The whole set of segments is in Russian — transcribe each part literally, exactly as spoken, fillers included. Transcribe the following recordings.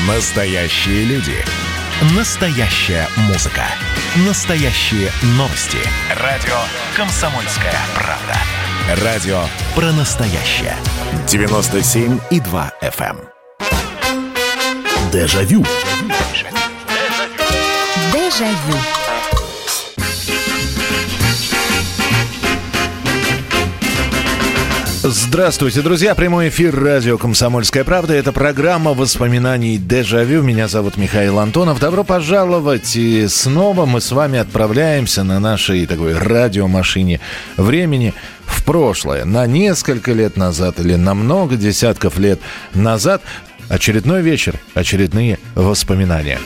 Настоящие люди. Настоящая музыка. Настоящие новости. Радио «Комсомольская правда». Радио про настоящее. девяносто семь и два эф эм. Дежавю. Дежавю. Здравствуйте, друзья! Прямой эфир радио «Комсомольская правда». Это программа воспоминаний «Дежавю». Меня зовут Михаил Антонов. Добро пожаловать! И снова мы с вами отправляемся на нашей такой радиомашине времени в прошлое. На несколько лет назад или на много десятков лет назад. Очередной вечер, очередные воспоминания.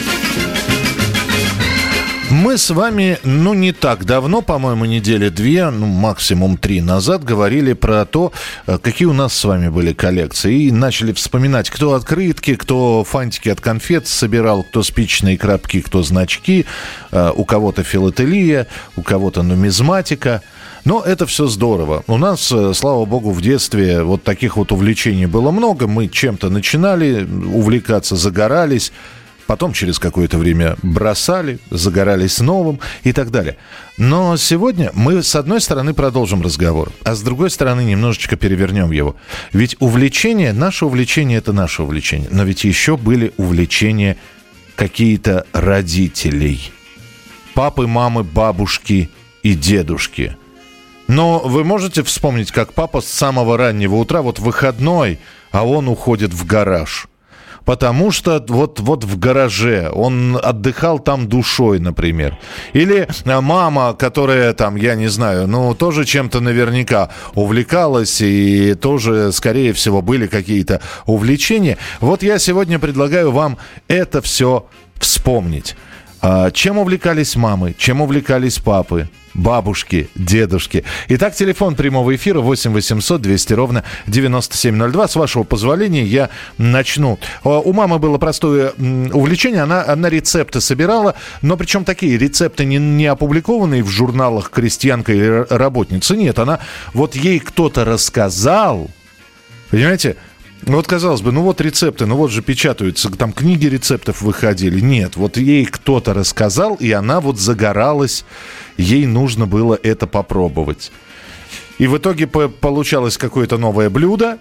Мы с вами, ну, не так давно, по-моему, недели две, ну, максимум три назад, говорили про то, какие у нас с вами были коллекции. И начали вспоминать, кто открытки, кто фантики от конфет собирал, кто спичечные коробки, кто значки. У кого-то филателия, у кого-то нумизматика. Но это все здорово. У нас, слава богу, в детстве вот таких вот увлечений было много. Мы чем-то начинали увлекаться, загорались. Потом через какое-то время бросали, загорались новым и так далее. Но сегодня мы, с одной стороны, продолжим разговор, а с другой стороны, немножечко перевернем его. Ведь увлечение, наше увлечение – это наше увлечение. Но ведь еще были увлечения какие-то родителей. Папы, мамы, бабушки и дедушки. Но вы можете вспомнить, как папа с самого раннего утра, вот выходной, а он уходит в гараж. Потому что вот, вот в гараже он отдыхал там душой, например. Или мама, которая там, я не знаю, ну, тоже чем-то наверняка увлекалась, и тоже, скорее всего, были какие-то увлечения. Вот я сегодня предлагаю вам это все вспомнить. Чем увлекались мамы, чем увлекались папы, бабушки, дедушки. Итак, телефон прямого эфира восемь восемьсот двести ровно девяносто семь ноль два. С вашего позволения я начну. У мамы было простое увлечение. Она, она рецепты собирала, но причем такие рецепты не, не опубликованные в журналах «Крестьянка» или «Работница». Нет, она вот ей кто-то рассказал. Понимаете? Вот, казалось бы, ну вот рецепты, ну вот же печатаются, там книги рецептов выходили. Нет, вот ей кто-то рассказал, и она вот загоралась, ей нужно было это попробовать. И в итоге получалось какое-то новое блюдо,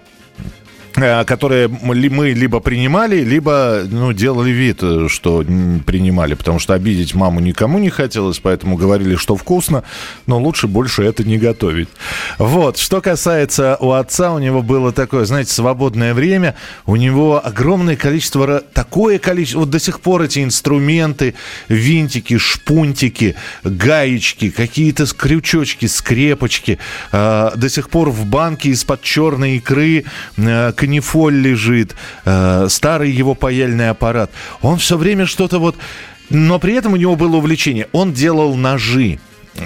которые мы либо принимали, либо, ну, делали вид, что принимали, потому что обидеть маму никому не хотелось, поэтому говорили, что вкусно, но лучше больше это не готовить. Вот, что касается у отца, у него было такое, знаете, свободное время, у него огромное количество, такое количество, вот до сих пор эти инструменты, винтики, шпунтики, гаечки, какие-то крючочки, скрепочки, э, до сих пор в банке из-под черной икры э, канифоль лежит, э, старый его паяльный аппарат. Он все время что-то вот... Но при этом у него было увлечение. Он делал ножи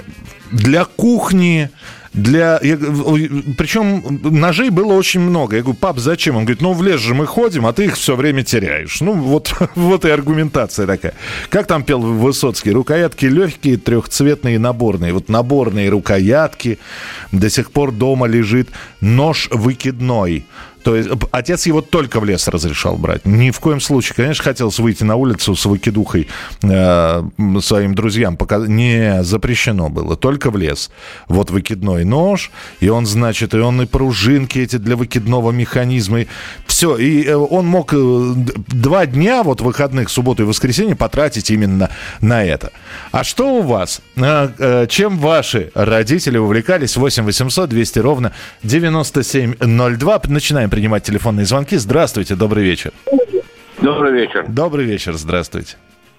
для кухни, для... Я... Причем ножей было очень много. Я говорю, пап, зачем? Он говорит, ну в лес же мы ходим, а ты их все время теряешь. Ну вот, вот и аргументация такая. Как там пел Высоцкий? Рукоятки легкие, трехцветные, наборные. Вот наборные рукоятки. До сих пор дома лежит нож выкидной. То есть отец его только в лес разрешал брать. Ни в коем случае. Конечно, хотелось выйти на улицу с выкидухой э, своим друзьям. Пока... Не, запрещено было. Только в лес. Вот выкидной нож. И он, значит, и он и пружинки эти для выкидного механизма. И все. И э, он мог э, два дня, вот выходных, субботу и воскресенье, потратить именно на это. А что у вас? Э, э, чем ваши родители увлекались? восемь восемьсот двести ровно девяносто семь ноль два. Начинаем принимать телефонные звонки. Здравствуйте, добрый вечер. Добрый вечер. Добрый вечер, здравствуйте.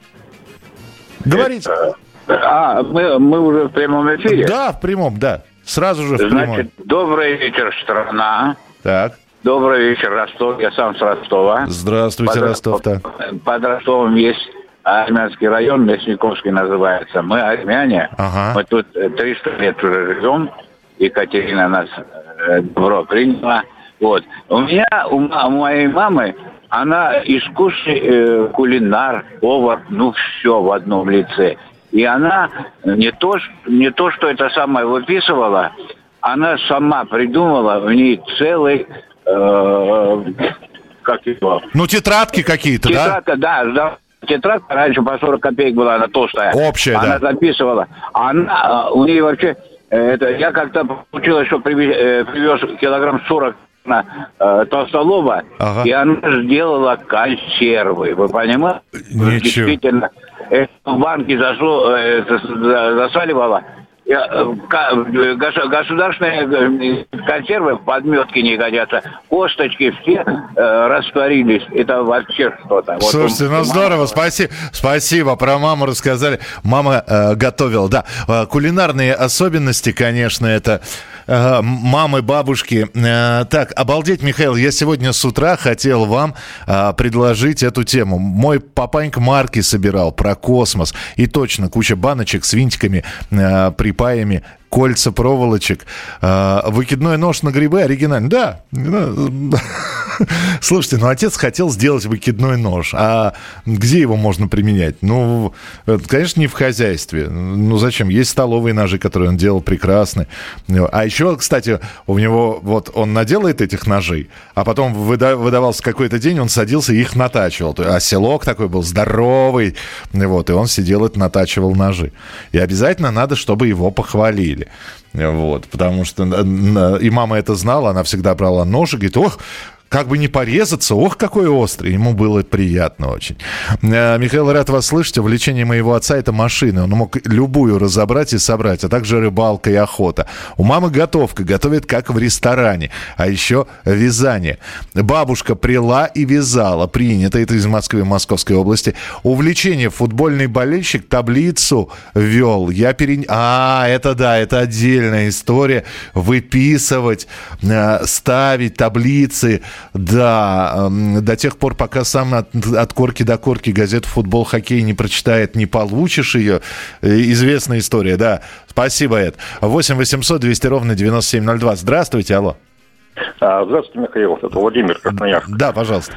Говорите. А, мы, мы уже в прямом эфире? Да, в прямом, да. Сразу же в прямом. Значит, добрый вечер, страна. Так. Добрый вечер, Ростов. Я сам с Ростова. Здравствуйте, под, Ростов-то. Под Ростовом есть Армянский район, Мясниковский называется. Мы армяне. Ага. Мы тут триста лет уже живем. Екатерина нас добро приняла. Вот. У меня, у, у моей мамы, она искусный э, кулинар, повар, ну все в одном лице. И она не то, не то, что это самое выписывала, она сама придумала, в ней целый э, как его? Ну, тетрадки какие-то, Тетрадка, да? да, да. Тетрадка раньше по сорок копеек была, она толстая. Общая, она да. Она записывала. Она, у нее вообще, это, я как-то получилось, что привез, привез килограмм сорок на э, толстолоба, ага. И она сделала консервы. Вы понимаете? Ничего. Действительно. В банки зашло, э, засаливала. Государственные консервы в подметке не годятся. Косточки все э, растворились. Это вообще что-то. Слушайте, вот, ну здорово. Мама... Спасибо. Спасибо. Про маму рассказали. Мама э, готовила. Да, э, кулинарные особенности, конечно, это э, мамы, бабушки. Э, так, обалдеть, Михаил, я сегодня с утра хотел вам э, предложить эту тему. Мой папанька марки собирал про космос. И точно, куча баночек с винтиками э, при паями, кольца проволочек, э, выкидной нож на грибы оригинальный. Да. Слушайте, ну отец хотел сделать выкидной нож. А где его можно применять? Ну, конечно, не в хозяйстве. Ну, зачем? Есть столовые ножи, которые он делал прекрасные. А еще, кстати, у него, вот он наделает этих ножей, а потом выда- выдавался какой-то день, он садился и их натачивал. А селок такой был здоровый. Вот, и он сидел и натачивал ножи. И обязательно надо, чтобы его похвалили. Вот, потому что и мама это знала, она всегда брала нож и говорит: ох, как бы не порезаться, ох, какой острый. Ему было приятно очень. Михаил, рад вас слышать. Увлечение моего отца – это машины. Он мог любую разобрать и собрать, а также рыбалка и охота. У мамы готовка, готовит как в ресторане. А еще вязание. Бабушка пряла и вязала. Принято. Это из Москвы, Московской области. Увлечение. Футбольный болельщик таблицу вел. Я перен... А, это да, это отдельная история. Выписывать, ставить таблицы. Да, до тех пор, пока сам от, от корки до корки газету «Футбол, хоккей» не прочитает, не получишь ее. Известная история, да. Спасибо, Эд. восемь восемьсот двести ровно девяносто семь ноль два. Здравствуйте, алло. А, здравствуйте, Михаил. Это Владимир, Красноярск. Да, пожалуйста.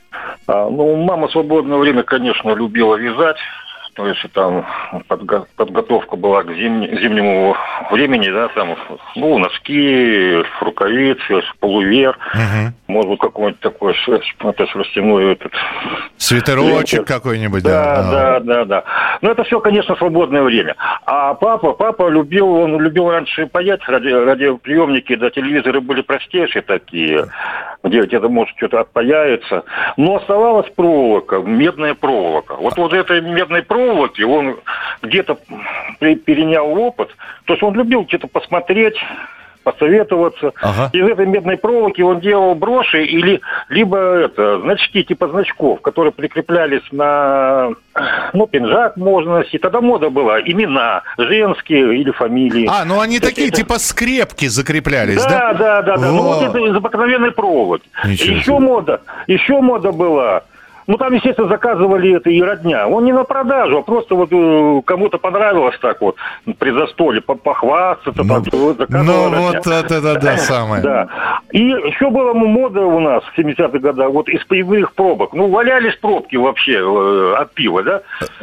А, ну, мама в свободное время, конечно, любила вязать. То есть там подго- подготовка была к зим- зимнему времени, да, там, ну, носки, рукавицы, полувер, угу. Может быть, какой-нибудь такой это, шерстяной этот... Свитерочек лентер. Какой-нибудь, да. Да, да, да, да. Но это все, конечно, свободное время. А папа, папа любил, он любил раньше паять, ради, радиоприемники, да, телевизоры были простейшие такие, где где-то, может, что-то отпаяется. Но оставалась проволока, медная проволока. Вот вот этой медной проволоки он где-то перенял опыт. То есть он любил где-то посмотреть, посоветоваться. Ага. Из этой медной проволоки он делал броши или либо это, значки типа значков, которые прикреплялись на, ну, пинжак можно носить. Тогда мода была. Имена женские или фамилии. А, ну они такие, такие типа скрепки закреплялись, да? Да, да, да. да. Ну вот это из обыкновенной проволоки. Еще мода, еще мода была. Ну, там, естественно, заказывали это и родня. Он не на продажу, а просто вот кому-то понравилось так вот при застолье похвастаться. Ну, так, ну вот это да, да, самое. Да. И еще была мода у нас в семидесятых годах, вот из пивных пробок. Ну, валялись пробки вообще от пива, да?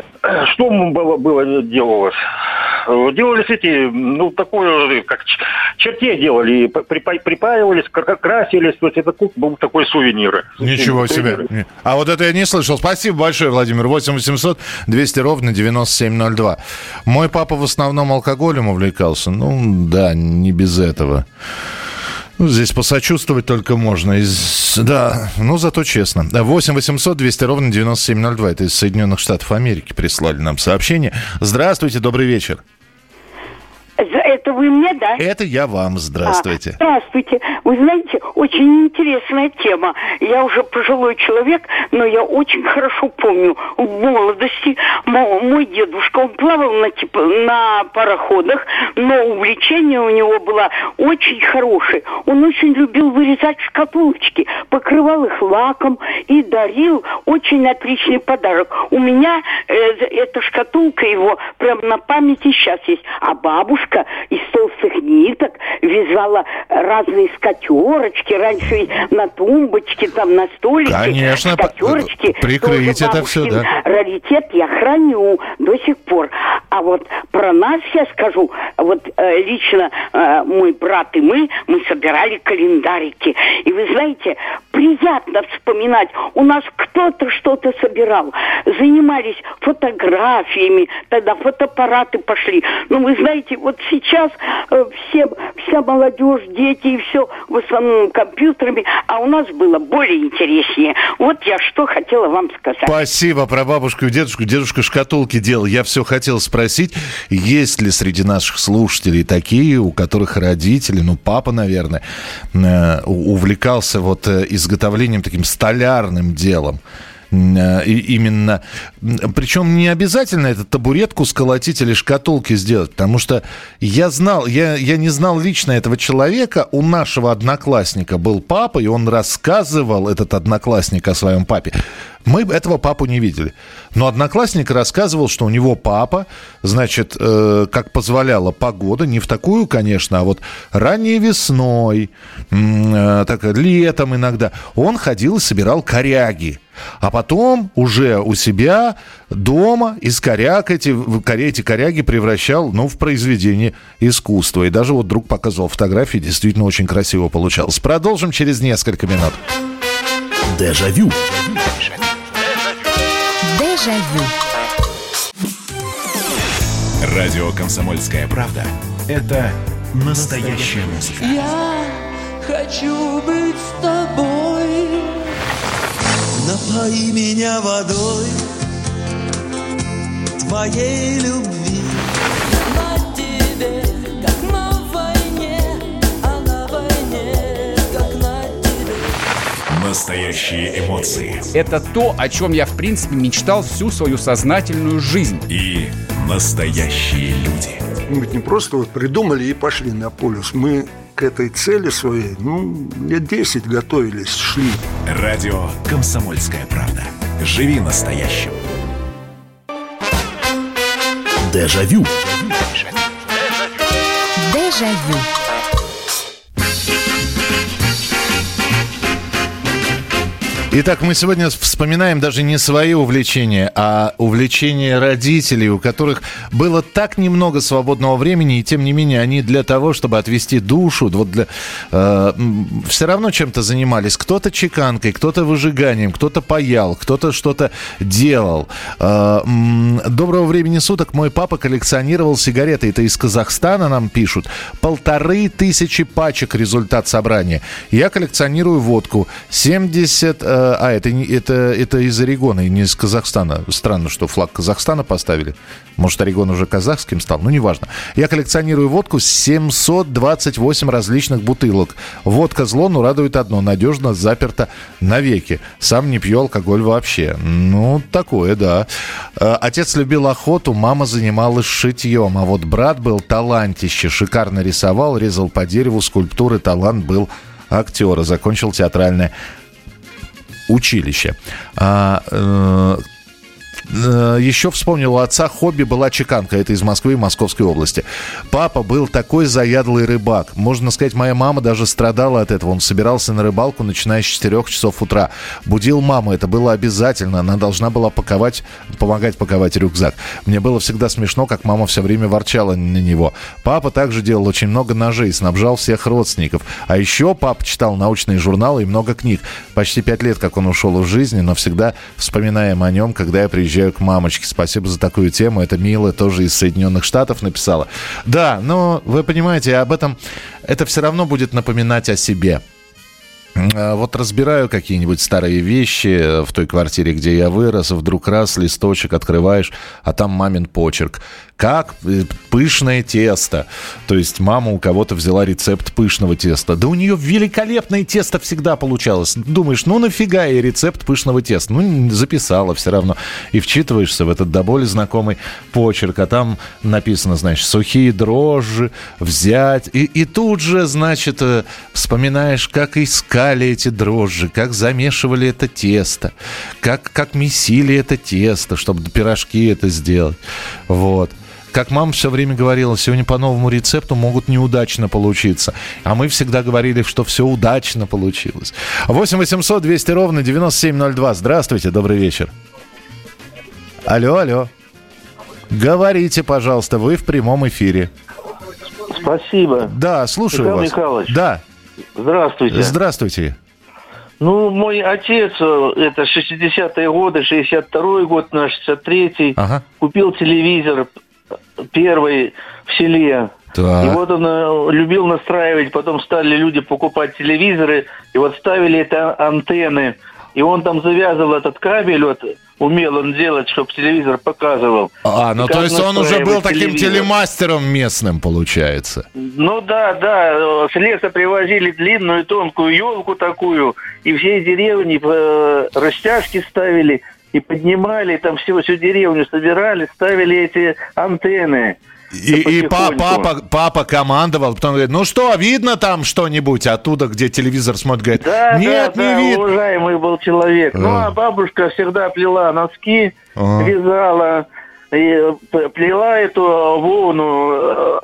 Что было, было делалось? Делались эти, ну, такое, как чертей делали, припаивались, красились. То есть это был такой сувенир. Ничего себе. А вот это я не слышал. Спасибо большое, Владимир. восемь восемьсот двести ровно девяносто семь ноль два. Мой папа в основном алкоголем увлекался. Ну, да, не без этого. Ну, здесь посочувствовать только можно. Из... Да, ну, зато честно. восемь восемьсот двести ровно девяносто семь ноль два. Это из Соединенных Штатов Америки прислали нам сообщение. Здравствуйте, добрый вечер. Это вы мне, да? Это я вам. Здравствуйте. А, здравствуйте. Вы знаете, очень интересная тема. Я уже пожилой человек, но я очень хорошо помню в молодости мой дедушка, он плавал на, типа, на пароходах, но увлечение у него было очень хорошее. Он очень любил вырезать шкатулочки, покрывал их лаком и дарил очень отличный подарок. У меня э, эта шкатулка его прям на памяти сейчас есть. А бабушка из толстых ниток вязала разные скатерочки. Раньше на тумбочке, там на столике. Конечно, скатерочки. прикрыть это все, да. Раритет я храню до сих пор. А вот про нас я скажу, вот э, лично э, мой брат и мы, мы собирали календарики. И вы знаете, приятно вспоминать. У нас кто-то что-то собирал. Занимались фотографиями, тогда фотоаппараты пошли. Но вы знаете, вот сейчас э, все, вся молодежь, дети и все в основном компьютерами, а у нас было более интереснее. Вот я что хотела вам сказать. Спасибо. Про бабушку и дедушку. Дедушка шкатулки делал. Я все хотел спросить, есть ли среди наших слушателей такие, у которых родители, ну, папа, наверное, увлекался вот изготовлением таким столярным делом. И именно, причем не обязательно эту табуретку сколотить или шкатулки сделать, потому что я знал, я, я не знал лично этого человека, у нашего одноклассника был папа, и он рассказывал, этот одноклассник, о своем папе. Мы этого папу не видели. Но одноклассник рассказывал, что у него папа, значит, э, как позволяла погода, не в такую, конечно, а вот ранней весной, э, так, летом иногда, он ходил и собирал коряги. А потом уже у себя дома из коряг эти, эти коряги превращал, ну, в произведение искусства. И даже вот друг показывал фотографии, действительно очень красиво получалось. Продолжим через несколько минут. Дежавю. Дежавю. Радио «Комсомольская правда» — это настоящая музыка. Я хочу быть с тобой. Напои меня водой твоей любви. На тебе, как на войне, а на войне, как на тебе. Настоящие эмоции. Это то, о чем я, в принципе, мечтал всю свою сознательную жизнь. И настоящие люди. Мы ведь не просто вот придумали и пошли на полюс. Мы к этой цели своей, ну, лет десять готовились, шли. Радио «Комсомольская правда». Живи настоящим. Дежавю. Дежавю. Итак, мы сегодня вспоминаем даже не свои увлечения, а увлечения родителей, у которых было так немного свободного времени, и тем не менее они для того, чтобы отвести душу, вот для, э, все равно чем-то занимались. Кто-то чеканкой, кто-то выжиганием, кто-то паял, кто-то что-то делал. Э, доброго времени суток. Мой папа коллекционировал сигареты. Это из Казахстана нам пишут. Полторы тысячи пачек результат собрания. Я коллекционирую водку. семьдесят... Э, А, это, это, это из Орегона, и не из Казахстана. Странно, что флаг Казахстана поставили. Может, Орегон уже казахским стал? Ну, неважно. Я коллекционирую водку, семьсот двадцать восемь различных бутылок. Водка зло, но радует одно. Надежно заперта навеки. Сам не пью алкоголь вообще. Ну, такое, да. Отец любил охоту, мама занималась шитьем. А вот брат был талантище. Шикарно рисовал, резал по дереву скульптуры. Талант был актера. Закончил театральное училище. А, э, э, еще вспомнил, у отца хобби была чеканка. Это из Москвы и Московской области. Папа был такой заядлый рыбак. Можно сказать, моя мама даже страдала от этого. Он собирался на рыбалку, начиная с четырех часов утра. Будил маму. Это было обязательно. Она должна была паковать, помогать паковать рюкзак. Мне было всегда смешно, как мама все время ворчала на него. Папа также делал очень много ножей, снабжал всех родственников. А еще папа читал научные журналы и много книг. Почти пять лет, как он ушел из жизни, но всегда вспоминаем о нем, когда я приезжаю к мамочке. Спасибо за такую тему. Это Мила тоже из Соединенных Штатов написала. Да, но вы понимаете, об этом это все равно будет напоминать о себе. Вот разбираю какие-нибудь старые вещи в той квартире, где я вырос, вдруг раз листочек открываешь, а там мамин почерк. Как пышное тесто. То есть мама у кого-то взяла рецепт пышного теста. Да у нее великолепное тесто всегда получалось. Думаешь, ну нафига ей рецепт пышного теста? Ну, записала все равно. И вчитываешься в этот до боли знакомый почерк. А там написано, значит, сухие дрожжи взять. И, и тут же, значит, вспоминаешь, как искали эти дрожжи, как замешивали это тесто, как, как месили это тесто, чтобы пирожки это сделать. Вот. Как мама все время говорила, сегодня по новому рецепту могут неудачно получиться. А мы всегда говорили, что все удачно получилось. восемь восемьсот двести ровно девяносто семь ноль два. Здравствуйте, добрый вечер. Алло, алло. Говорите, пожалуйста, вы в прямом эфире. Спасибо. Да, слушаю Михаил вас. Михайлович. Да. Здравствуйте. Здравствуйте. Ну, мой отец, это шестидесятые годы, шестьдесят второй год, на шестьдесят третий, ага. купил телевизор первый в селе. Так. И вот он любил настраивать, потом стали люди покупать телевизоры, и вот ставили это антенны. И он там завязывал этот кабель, вот умел он делать, чтобы телевизор показывал. А, ну то есть он уже был таким телевизор. Телемастером местным, получается. Ну да, да, с леса привозили длинную тонкую елку такую, и всей деревни э, растяжки ставили, и поднимали, там всю, всю деревню собирали, ставили эти антенны. И, и папа, папа командовал, потом говорит, ну что, видно там что-нибудь оттуда, где телевизор смотрит, говорит, да, нет, да, не да, видно. Уважаемый был человек. А. Ну, а бабушка всегда плела носки, а. вязала, и плела эту волну,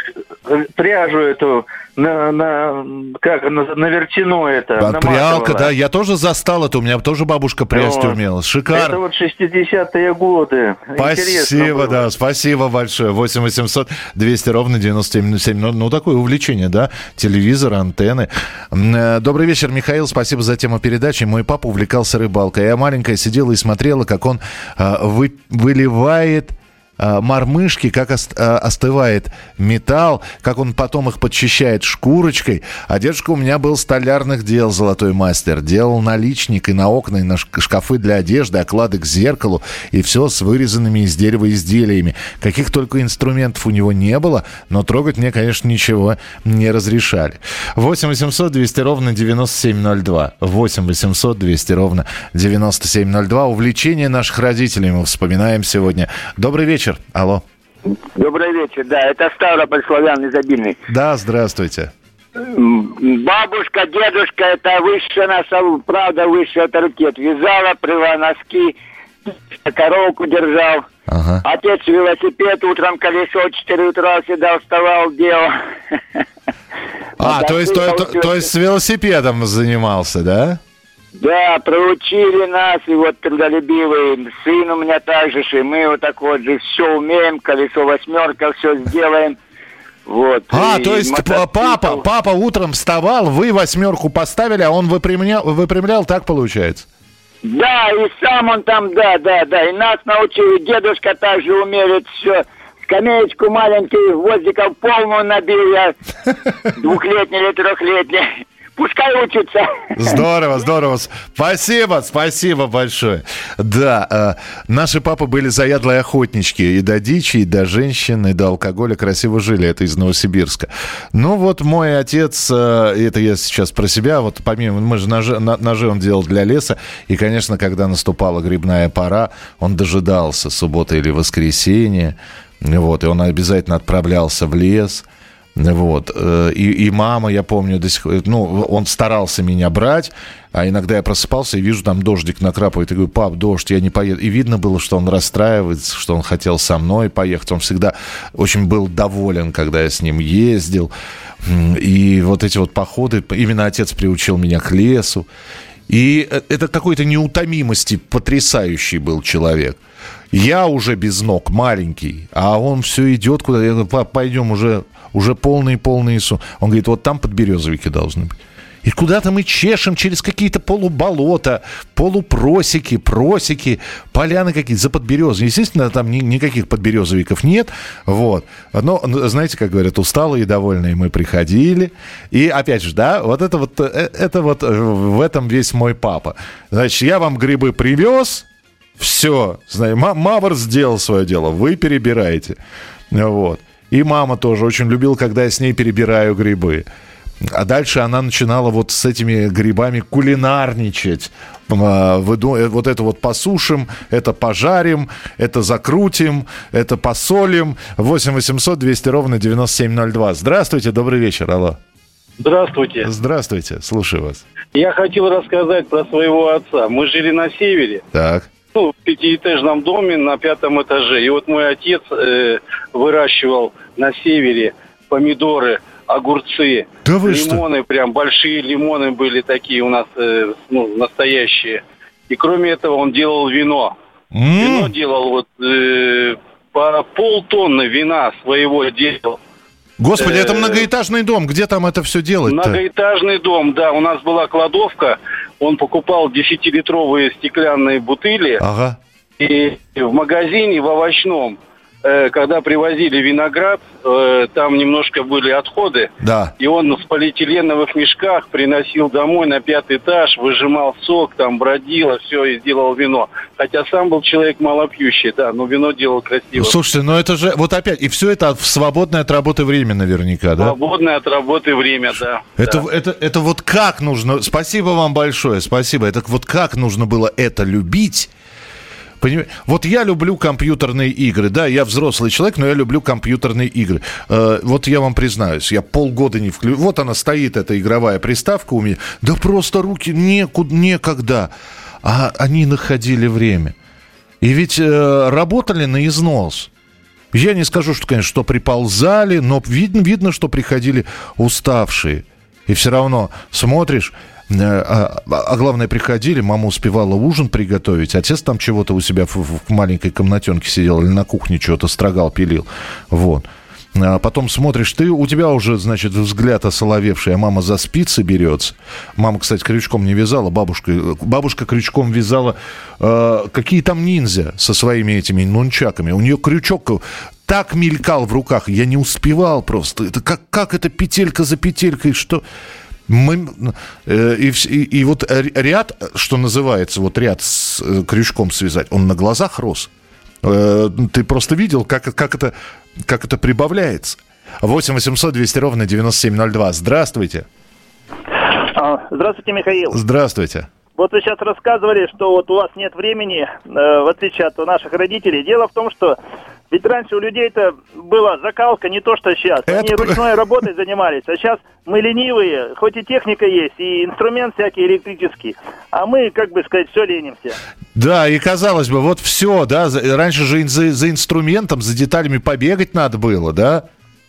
пряжу эту, на, на, как, на, на верчину это. Прялка, да, я тоже застал это, у меня тоже бабушка прясть вот. умела. Шикарно. Это вот шестидесятые годы. Спасибо, да, спасибо большое. восемь восемьсот двести ровно девяносто семь семь. Ну, ну, такое увлечение, да, телевизор, антенны. Добрый вечер, Михаил, спасибо за тему передачи. Мой папа увлекался рыбалкой. Я маленькая сидела и смотрела, как он э, вы, выливает... мормышки, как остывает металл, как он потом их подчищает шкурочкой. А дедушка у меня был столярных дел золотой мастер. Делал наличник и на окна, и на шкафы для одежды, оклады к зеркалу, и все с вырезанными из дерева изделиями. Каких только инструментов у него не было, но трогать мне, конечно, ничего не разрешали. восемь восемьсот двести ровно девяносто семь ноль два. восемь восемьсот двести ровно девяносто семь ноль два. Увлечение наших родителей мы вспоминаем сегодня. Добрый вечер. Алло. Добрый вечер, да, это Ставрополь, Славян изобильный. Да, здравствуйте. Бабушка, дедушка, это высшая наша, правда, высший авторитет. Вязала, прила носки, коровку держал. Ага. Отец велосипед, утром колесо, четыре утра всегда вставал, делал. А, то есть, то, то, то есть с велосипедом занимался, да? Да, проучили нас, и вот трудолюбивый сын у меня также, и мы вот так вот же все умеем, колесо восьмерка, все сделаем. Вот. А, то есть мотоцикл. папа, папа утром вставал, вы восьмерку поставили, а он выпрямлял, выпрямлял, так получается? Да, и сам он там, да, да, да, и нас научили, дедушка также умеет все. Скамеечку маленькую, гвоздиков полную набил я, двухлетний или трехлетний. Пускай учатся. Здорово, здорово. Спасибо, спасибо большое. Да, э, наши папы были заядлые охотнички. И до дичи, и до женщин, и до алкоголя красиво жили. Это из Новосибирска. Ну вот мой отец, э, это я сейчас про себя, вот помимо, мы же ножи, ножи он делал для леса. И, конечно, когда наступала грибная пора, он дожидался субботы или воскресенья. Вот, и он обязательно отправлялся в лес. Вот. И, и мама, я помню, до сих пор, ну, он старался меня брать, а иногда я просыпался и вижу, там дождик накрапывает, и говорю, пап, дождь, я не поеду. И видно было, что он расстраивается, что он хотел со мной поехать. Он всегда очень был доволен, когда я с ним ездил. И вот эти вот походы, именно отец приучил меня к лесу. И это какой-то неутомимости потрясающий был человек. Я уже без ног, маленький, а он все идет куда-то. Я говорю, пап, пойдем уже... Уже полные-полные суммы. Он говорит, вот там подберезовики должны быть. И куда-то мы чешем через какие-то полуболота, полупросеки, просеки, поляны какие-то за подберезовиками. Естественно, там ни, никаких подберезовиков нет. Вот. Но, знаете, как говорят, усталые и довольные мы приходили. И опять же, да, вот это вот, это вот в этом весь мой папа. Значит, я вам грибы привез, все, знаете, Мавр сделал свое дело, вы перебираете. Вот. И мама тоже очень любила, когда я с ней перебираю грибы. А дальше она начинала вот с этими грибами кулинарничать. Вот это вот посушим, это пожарим, это закрутим, это посолим. восемь восемьсот двести ровно девяносто семь ноль два. Здравствуйте, добрый вечер, алло. Здравствуйте. Здравствуйте, слушаю вас. Я хотел рассказать про своего отца. Мы жили на севере. Так. Ну, в пятиэтажном доме на пятом этаже. И вот мой отец э, выращивал на севере помидоры, огурцы, да вы лимоны, что? Прям большие лимоны были такие у нас, э, ну, настоящие. И кроме этого он делал вино. Mm. Вино делал вот э, по полтонны вина своего делал. Господи, это многоэтажный дом. Где там это все делать-то? Многоэтажный дом, да. У нас была кладовка. Он покупал десятилитровые стеклянные бутыли. Ага. И в магазине, в овощном, э, когда привозили виноград, э, там немножко были отходы. Да. И он в полиэтиленовых мешках приносил домой на пятый этаж, выжимал сок, там бродило, все, и сделал вино. Хотя сам был человек малопьющий, да, но вино делал красиво. Слушайте, ну это же, вот опять, и все это в свободное от работы время наверняка, да? Свободное от работы время, да. Это, да. это, это вот как нужно, спасибо вам большое, спасибо, это вот как нужно было это любить. Понимаете? Вот я люблю компьютерные игры, да, я взрослый человек, но я люблю компьютерные игры. Э, вот я вам признаюсь, я полгода не включу. Вот она стоит, эта игровая приставка у меня, да просто руки некуда, некогда. А они находили время. И ведь э, работали на износ. Я не скажу, что, конечно, что приползали, но видно, видно, что приходили уставшие. И все равно смотришь, э, а, а главное, приходили, мама успевала ужин приготовить, отец там чего-то у себя в, в маленькой комнатенке сидел или на кухне что-то строгал, пилил. Вот. А потом смотришь, ты, у тебя уже, значит, взгляд осоловевший, а мама за спицы берется. Мама, кстати, крючком не вязала, бабушка, бабушка крючком вязала э, какие там ниндзя со своими этими нунчаками. У нее крючок так мелькал в руках, я не успевал просто. Это как, как это петелька за петелькой, что... Мы, э, и, и, и вот ряд, что называется, вот ряд с э, крючком связать, он на глазах рос. Э, ты просто видел, как, как, это, как это прибавляется. восемь восемьсот двести ровно девяносто семь ноль два. Здравствуйте. Здравствуйте, Михаил. Здравствуйте. Вот вы сейчас рассказывали, что вот у вас нет времени, э, в отличие от наших родителей. Дело в том, что ведь раньше у людей-то была закалка, не то что сейчас. Это... Они ручной работой занимались, а сейчас мы ленивые, хоть и техника есть, и инструмент всякий электрический, а мы, как бы сказать, все ленимся. Да, и казалось бы, вот все, да, раньше же за, за инструментом, за деталями побегать надо было, да?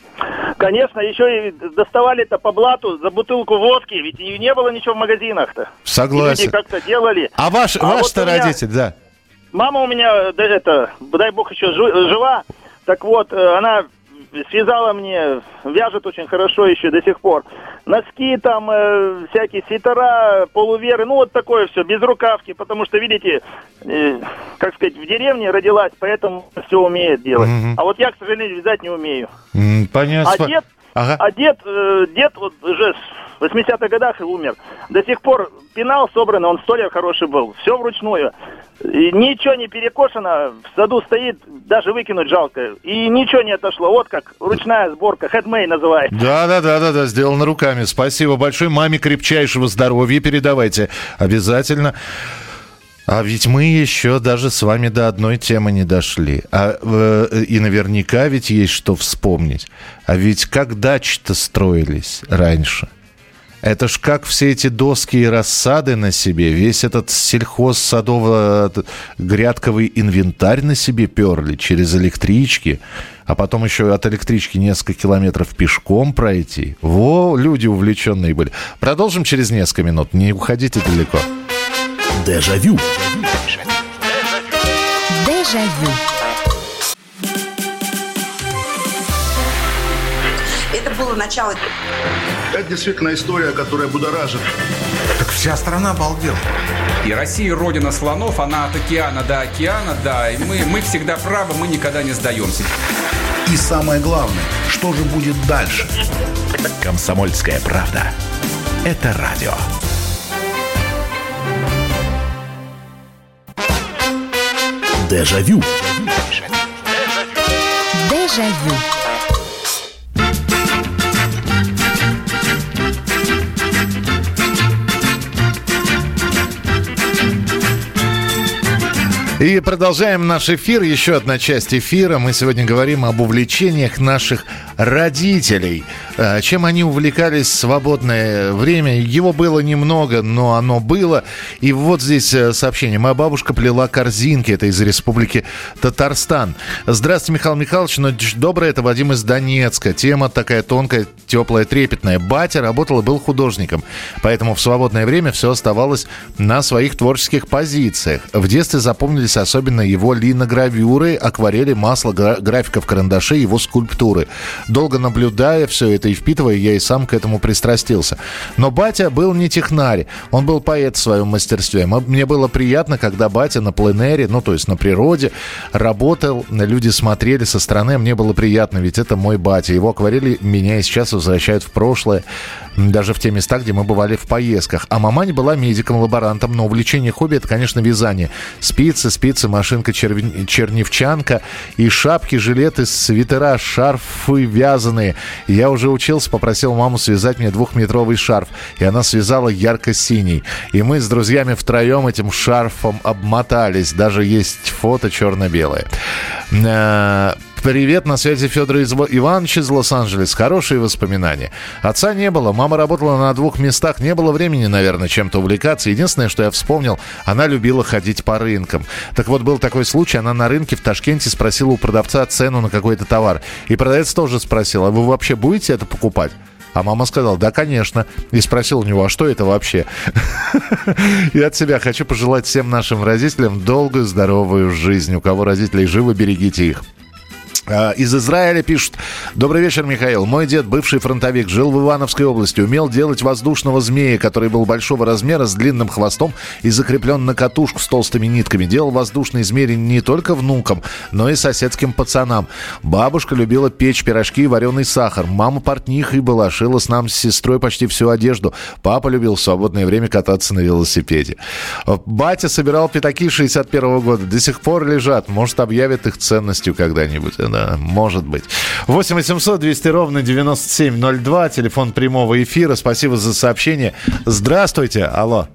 Конечно, еще и доставали-то по блату за бутылку водки, ведь и не было ничего в магазинах-то. Согласен. И люди как-то делали. А ваш, а ваш-то вот меня... родитель, да? Мама у меня, да, это, дай бог, еще жива. Так вот, она связала мне, вяжет очень хорошо еще до сих пор. Носки там, э, всякие свитера, полуверы, ну вот такое все, без рукавки, потому что, видите, э, как сказать, в деревне родилась, поэтому все умеет делать. Mm-hmm. А вот я, к сожалению, вязать не умею. Mm, понятно. А дед, ага. а дед, э, дед вот уже в восьмидесятых годах и умер. До сих пор пенал собранный, он столяр хороший был, все вручную. И ничего не перекошено, в саду стоит, даже выкинуть жалко. И ничего не отошло. Вот как ручная сборка, хендмейд называется. Да-да-да-да, сделано руками. Спасибо большое. Маме крепчайшего здоровья передавайте обязательно. А ведь мы еще даже с вами до одной темы не дошли. А, э, и наверняка ведь есть что вспомнить. А ведь как дачи-то строились раньше? Это ж как все эти доски и рассады на себе, весь этот сельхоз-садово-грядковый инвентарь на себе перли через электрички, а потом еще от электрички несколько километров пешком пройти. Во, люди увлеченные были. Продолжим через несколько минут, не уходите далеко. Дежавю. Дежавю. Это было начало. Это действительно история, которая будоражит. Так вся страна обалдела. И Россия родина слонов, она от океана до океана, да. И мы, мы всегда правы, мы никогда не сдаемся. И самое главное, что же будет дальше? Комсомольская правда. Это радио. Дежавю. Дежавю. И продолжаем наш эфир. Еще одна часть эфира. Мы сегодня говорим об увлечениях наших родителей. Чем они увлекались в свободное время. Его было немного, но оно было. И вот здесь сообщение. Моя бабушка плела корзинки. Это из Республики Татарстан. Здравствуйте, Михаил Михайлович. Ночь добрая. Это Вадим из Донецка. Тема такая тонкая, теплая, трепетная. Батя работал и был художником. Поэтому в свободное время все оставалось на своих творческих позициях. В детстве запомнились нравились особенно его линогравюры, акварели, масло, графика в карандаше, его скульптуры. Долго наблюдая все это и впитывая, я и сам к этому пристрастился. Но батя был не технарь, он был поэт в своем мастерстве. Мне было приятно, когда батя на пленэре, ну то есть на природе, работал, люди смотрели со стороны, мне было приятно, ведь это мой батя. Его акварели меня и сейчас возвращают в прошлое, даже в те места, где мы бывали в поездках. А маманя была медиком, лаборантом, но увлечение хобби — это, конечно, вязание. Спицы, спицы, машинка, черв... черневчанка и шапки, жилеты, свитера, шарфы вязаные. Я уже учился, попросил маму связать мне двухметровый шарф, и она связала ярко-синий. И мы с друзьями втроем этим шарфом обмотались. Даже есть фото черно-белое. Привет, на связи Федор Иванович из Лос-Анджелеса. Хорошие воспоминания. Отца не было, мама работала на двух местах. Не было времени, наверное, чем-то увлекаться. Единственное, что я вспомнил, она любила ходить по рынкам. Так вот, был такой случай, она на рынке в Ташкенте спросила у продавца цену на какой-то товар. И продавец тоже спросил: а вы вообще будете это покупать? А мама сказала: да, конечно. И спросил у него: а что это вообще? И от себя хочу пожелать всем нашим родителям долгую, здоровую жизнь. У кого родителей живы, берегите их. Из Израиля пишут: добрый вечер, Михаил. Мой дед, бывший фронтовик, жил в Ивановской области. Умел делать воздушного змея, который был большого размера, с длинным хвостом и закреплен на катушку с толстыми нитками. Делал воздушные змеи не только внукам, но и соседским пацанам. Бабушка любила печь пирожки и вареный сахар. Мама портнихой была, шила с нам с сестрой почти всю одежду. Папа любил в свободное время кататься на велосипеде. Батя собирал пятаки шестьдесят первого года. До сих пор лежат. Может, объявят их ценностью когда-нибудь. Да, может быть. восемь восемьсот двести ровно девяносто семь ноль два. Телефон прямого эфира. Спасибо за сообщение. Здравствуйте. Алло.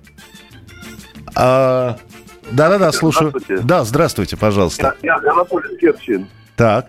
А, да-да-да, слушаю. Здравствуйте. Да, здравствуйте, пожалуйста. Я, я Анатолий Керчин. Так.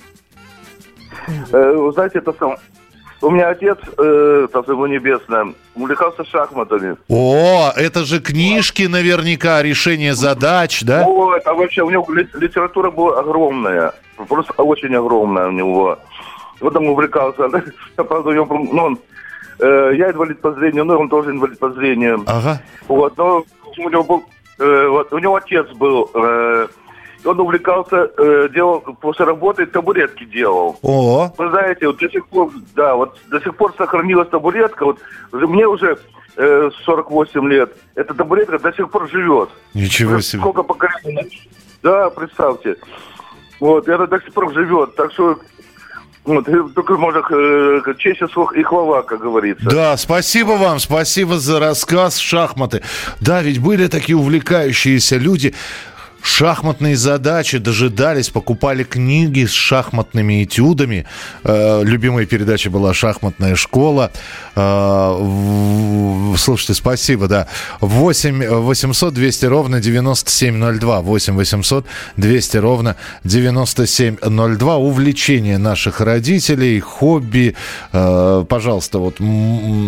Э, вы знаете, это сам... У меня отец, э, его небесное, увлекался шахматами. О, это же книжки наверняка, решение задач, да? О, это вообще, у него литература была огромная. Просто очень огромная у него. Вот он увлекался. Правда, у него, ну, он, э, я инвалид по зрению, но он тоже инвалид по зрению. Ага. Вот, но у него был, э, вот, у него отец был, э, он увлекался, э, делал, после работы табуретки делал. О. Вы знаете, вот до сих пор, да, вот до сих пор сохранилась табуретка. Вот мне уже э, сорок восемь лет. Эта табуретка до сих пор живет. Ничего себе. Сколько поколений. Да, представьте. Вот, это до сих пор живет. Так что вот, только можно э, честь и хвала, как говорится. Да, спасибо вам, спасибо за рассказ. Шахматы. Да, ведь были такие увлекающиеся люди. Шахматные задачи, дожидались, покупали книги с шахматными этюдами. Э, любимая передача была «Шахматная школа». Э, в, слушайте, спасибо, да. восемь восемьсот двести ровно девяносто семь ноль два. восемь восемьсот двести ровно девяносто семь ноль два. Увлечение наших родителей, хобби. Э, пожалуйста, вот м-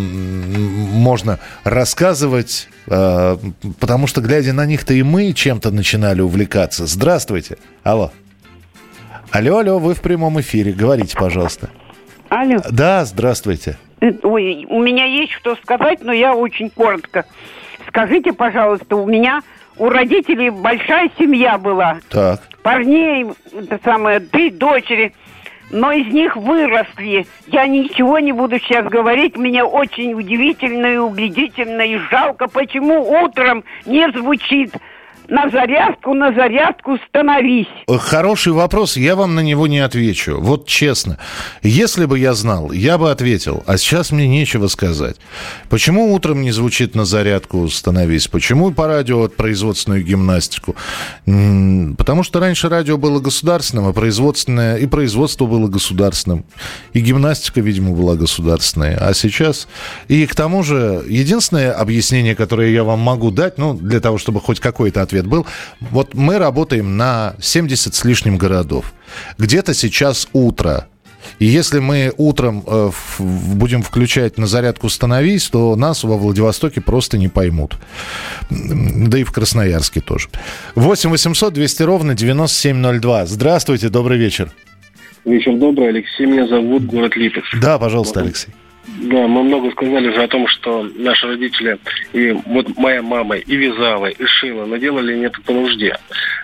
можно рассказывать, э, потому что, глядя на них-то и мы чем-то начинали увлекаться. Здравствуйте. Алло. Алло, алло, вы в прямом эфире. Говорите, пожалуйста. Алло. Да, здравствуйте. Ой, у меня есть что сказать, но я очень коротко. Скажите, пожалуйста, у меня, у родителей большая семья была. Так. Парней, это самое, три дочери. Но из них выросли. Я ничего не буду сейчас говорить. Мне очень удивительно и убедительно и жалко, почему утром не звучит «на зарядку, на зарядку становись». Хороший вопрос, я вам на него не отвечу. Вот честно. Если бы я знал, я бы ответил. А сейчас мне нечего сказать. Почему утром не звучит «на зарядку становись»? Почему по радио производственную гимнастику? Потому что раньше радио было государственным, а производственное... и производство было государственным. И гимнастика, видимо, была государственная. А сейчас... И к тому же, единственное объяснение, которое я вам могу дать, ну, для того, чтобы хоть какой-то ответ был. Вот мы работаем на семьдесят с лишним городов. Где-то сейчас утро. И если мы утром э, в, будем включать «на зарядку становись», то нас во Владивостоке просто не поймут. Да и в Красноярске тоже. восемь восемьсот двести ровно девяносто семь ноль два. Здравствуйте, добрый вечер. Вечер добрый, Алексей меня зовут, город Липецк. Да, пожалуйста, Алексей. Да, мы много сказали же о том, что наши родители, и вот моя мама и вязала, и шила, но делали не это по нужде.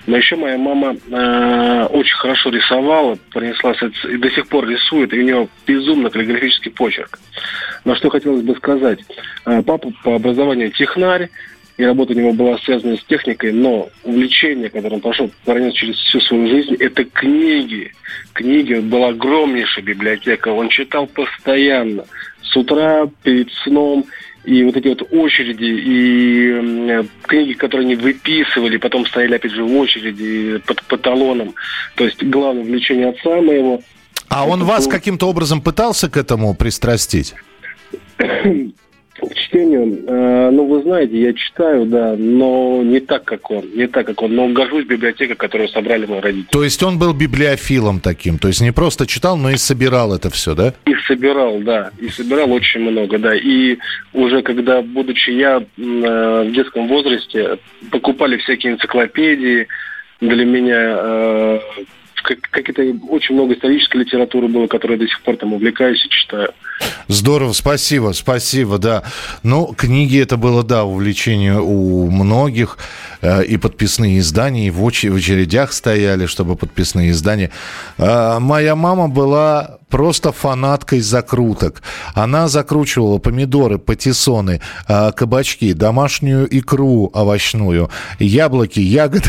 Но еще моя мама э, очень хорошо рисовала, принесла и до сих пор рисует, и у нее безумно каллиграфический почерк. Но что хотелось бы сказать. Э, папа по образованию технарь, и работа у него была связана с техникой, но увлечение, которое он прошел пронес через всю свою жизнь, это книги. Книги, была огромнейшая библиотека, он читал постоянно, с утра, перед сном, и вот эти вот очереди, и э, книги, которые они выписывали, потом стояли, опять же, в очереди под, под талоном. То есть главное увлечение отца моего. А он вас каким-то образом пытался к этому пристрастить? К чтению, э, ну, вы знаете, я читаю, да, но не так, как он, не так, как он, но горжусь библиотекой, которую собрали мои родители. То есть он был библиофилом таким, то есть не просто читал, но и собирал это все, да? И собирал, да, и собирал очень много, да, и уже когда, будучи я э, в детском возрасте, покупали всякие энциклопедии для меня, э, какие-то очень много исторической литературы было, которой я до сих пор там увлекаюсь и читаю. Здорово, спасибо, спасибо, да. Ну, книги это было, да, увлечение у многих, э, и подписные издания, и в, оч- в очередях стояли, чтобы подписные издания. Э, моя мама была просто фанаткой закруток. Она закручивала помидоры, патиссоны, э, кабачки, домашнюю икру овощную, яблоки, ягоды.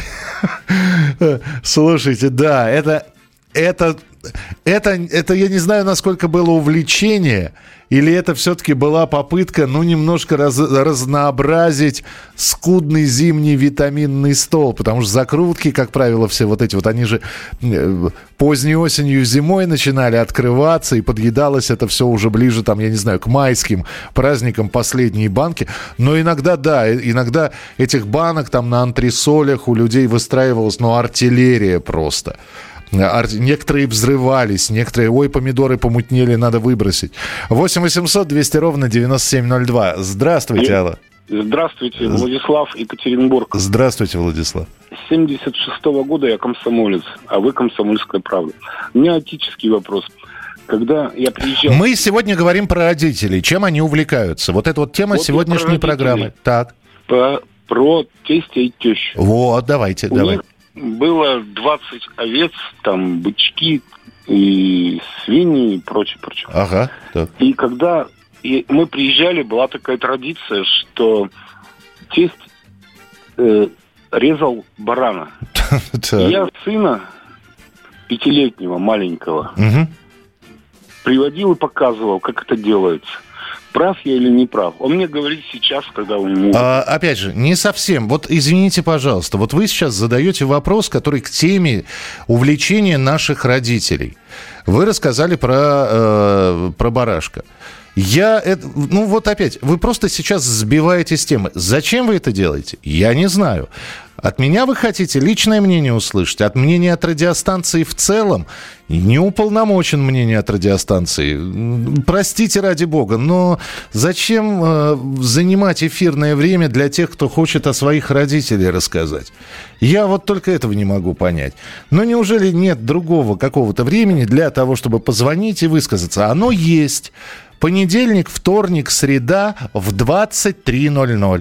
Слушайте, да, это... Это, это, это, я не знаю, насколько было увлечение, или это все-таки была попытка, ну, немножко раз, разнообразить скудный зимний витаминный стол, потому что закрутки, как правило, все вот эти вот, они же поздней осенью, зимой начинали открываться, и подъедалось это все уже ближе, там, я не знаю, к майским праздникам, последние банки, но иногда, да, иногда этих банок там на антресолях у людей выстраивалась, ну, артиллерия просто. Некоторые взрывались, некоторые, ой, помидоры помутнели, надо выбросить. восемь восемьсот двести ровно девяносто семь ноль два. Здравствуйте, Алла. Здравствуйте, Владислав, Екатеринбург. Здравствуйте, Владислав. С семьдесят шестого года я комсомолец, а вы «Комсомольская правда». У меня этический вопрос. Когда я приезжал... Мы сегодня говорим про родителей. Чем они увлекаются? Вот это вот тема вот сегодняшней про программы. Так. По, про тестя и тещу. Вот, давайте, У давай. них было двадцать овец, там, бычки и свиньи и прочее, прочее. Ага, так. И когда и мы приезжали, была такая традиция, что тесть э, резал барана. И я сына пятилетнего, маленького, приводил и показывал, как это делается. Прав я или не прав? Он мне говорит сейчас, когда у него... А, опять же, не совсем. Вот извините, пожалуйста, вот вы сейчас задаете вопрос, который к теме увлечения наших родителей. Вы рассказали про, э, про барашка. Я, это, ну вот опять, вы просто сейчас сбиваете с темы. Зачем вы это делаете? Я не знаю. От меня вы хотите личное мнение услышать? От мнения от радиостанции в целом? Не уполномочен мнение от радиостанции. Простите, ради бога, но зачем э, занимать эфирное время для тех, кто хочет о своих родителях рассказать? Я вот только этого не могу понять. Но неужели нет другого какого-то времени для того, чтобы позвонить и высказаться? Оно есть. Понедельник, вторник, среда в двадцать три ноль ноль.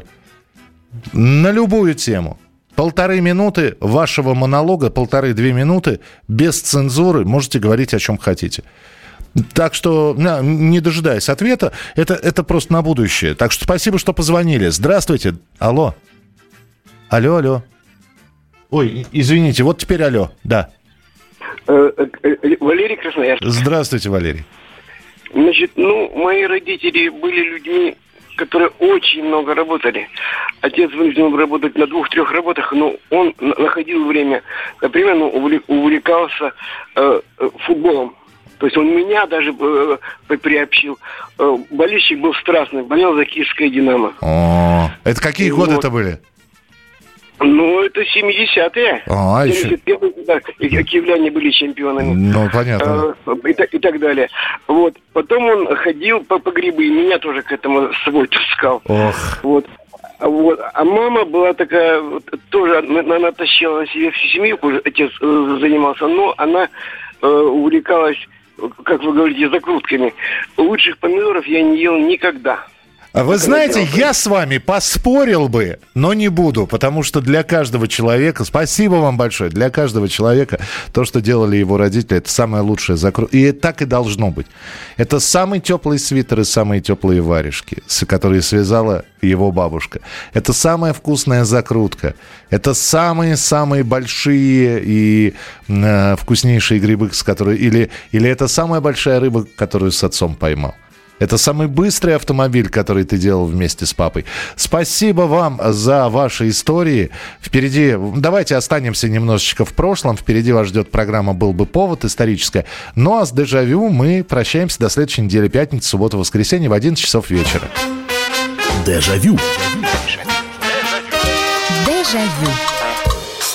На любую тему. Полторы минуты вашего монолога, полторы-две минуты, без цензуры, можете говорить о чем хотите. Так что, не дожидаясь ответа, это, это просто на будущее. Так что спасибо, что позвонили. Здравствуйте. Алло. Алло, алло. Ой, извините, вот теперь алло. Да. Валерий Красноярск. Здравствуйте, Валерий. Значит, ну, мои родители были людьми, которые очень много работали. Отец вынужден работать на двух-трех работах, но он находил время, например, ну, увлекался э, футболом. То есть он меня даже э, приобщил. Э, болельщик был страстный, болел за киевское «Динамо». О, это какие вот. годы это были? Ну, это семидесятые. А, еще... Да, киевляне были чемпионами. Ну, понятно. И, и так далее. Вот. Потом он ходил по, по грибы, и меня тоже к этому с собой таскал. Ох. Вот. Вот. А мама была такая, тоже, она тащила на себе всю семью, уже отец э, занимался, но она э, увлекалась, как вы говорите, закрутками. Лучших помидоров я не ел никогда. Вы знаете, я с вами поспорил бы, но не буду, потому что для каждого человека, спасибо вам большое, для каждого человека то, что делали его родители, это самое лучшее закрутка. И так и должно быть. Это самый теплый свитер и самые теплые варежки, которые связала его бабушка. Это самая вкусная закрутка. Это самые-самые большие и э, вкуснейшие грибы, с которой, или, или это самая большая рыба, которую с отцом поймал. Это самый быстрый автомобиль, который ты делал вместе с папой. Спасибо вам за ваши истории. Впереди, давайте останемся немножечко в прошлом. Впереди вас ждет программа «Был бы повод» историческая. Ну а с «Дежавю» мы прощаемся до следующей недели. Пятница, суббота, воскресенье в одиннадцать часов вечера. Дежавю. Дежавю.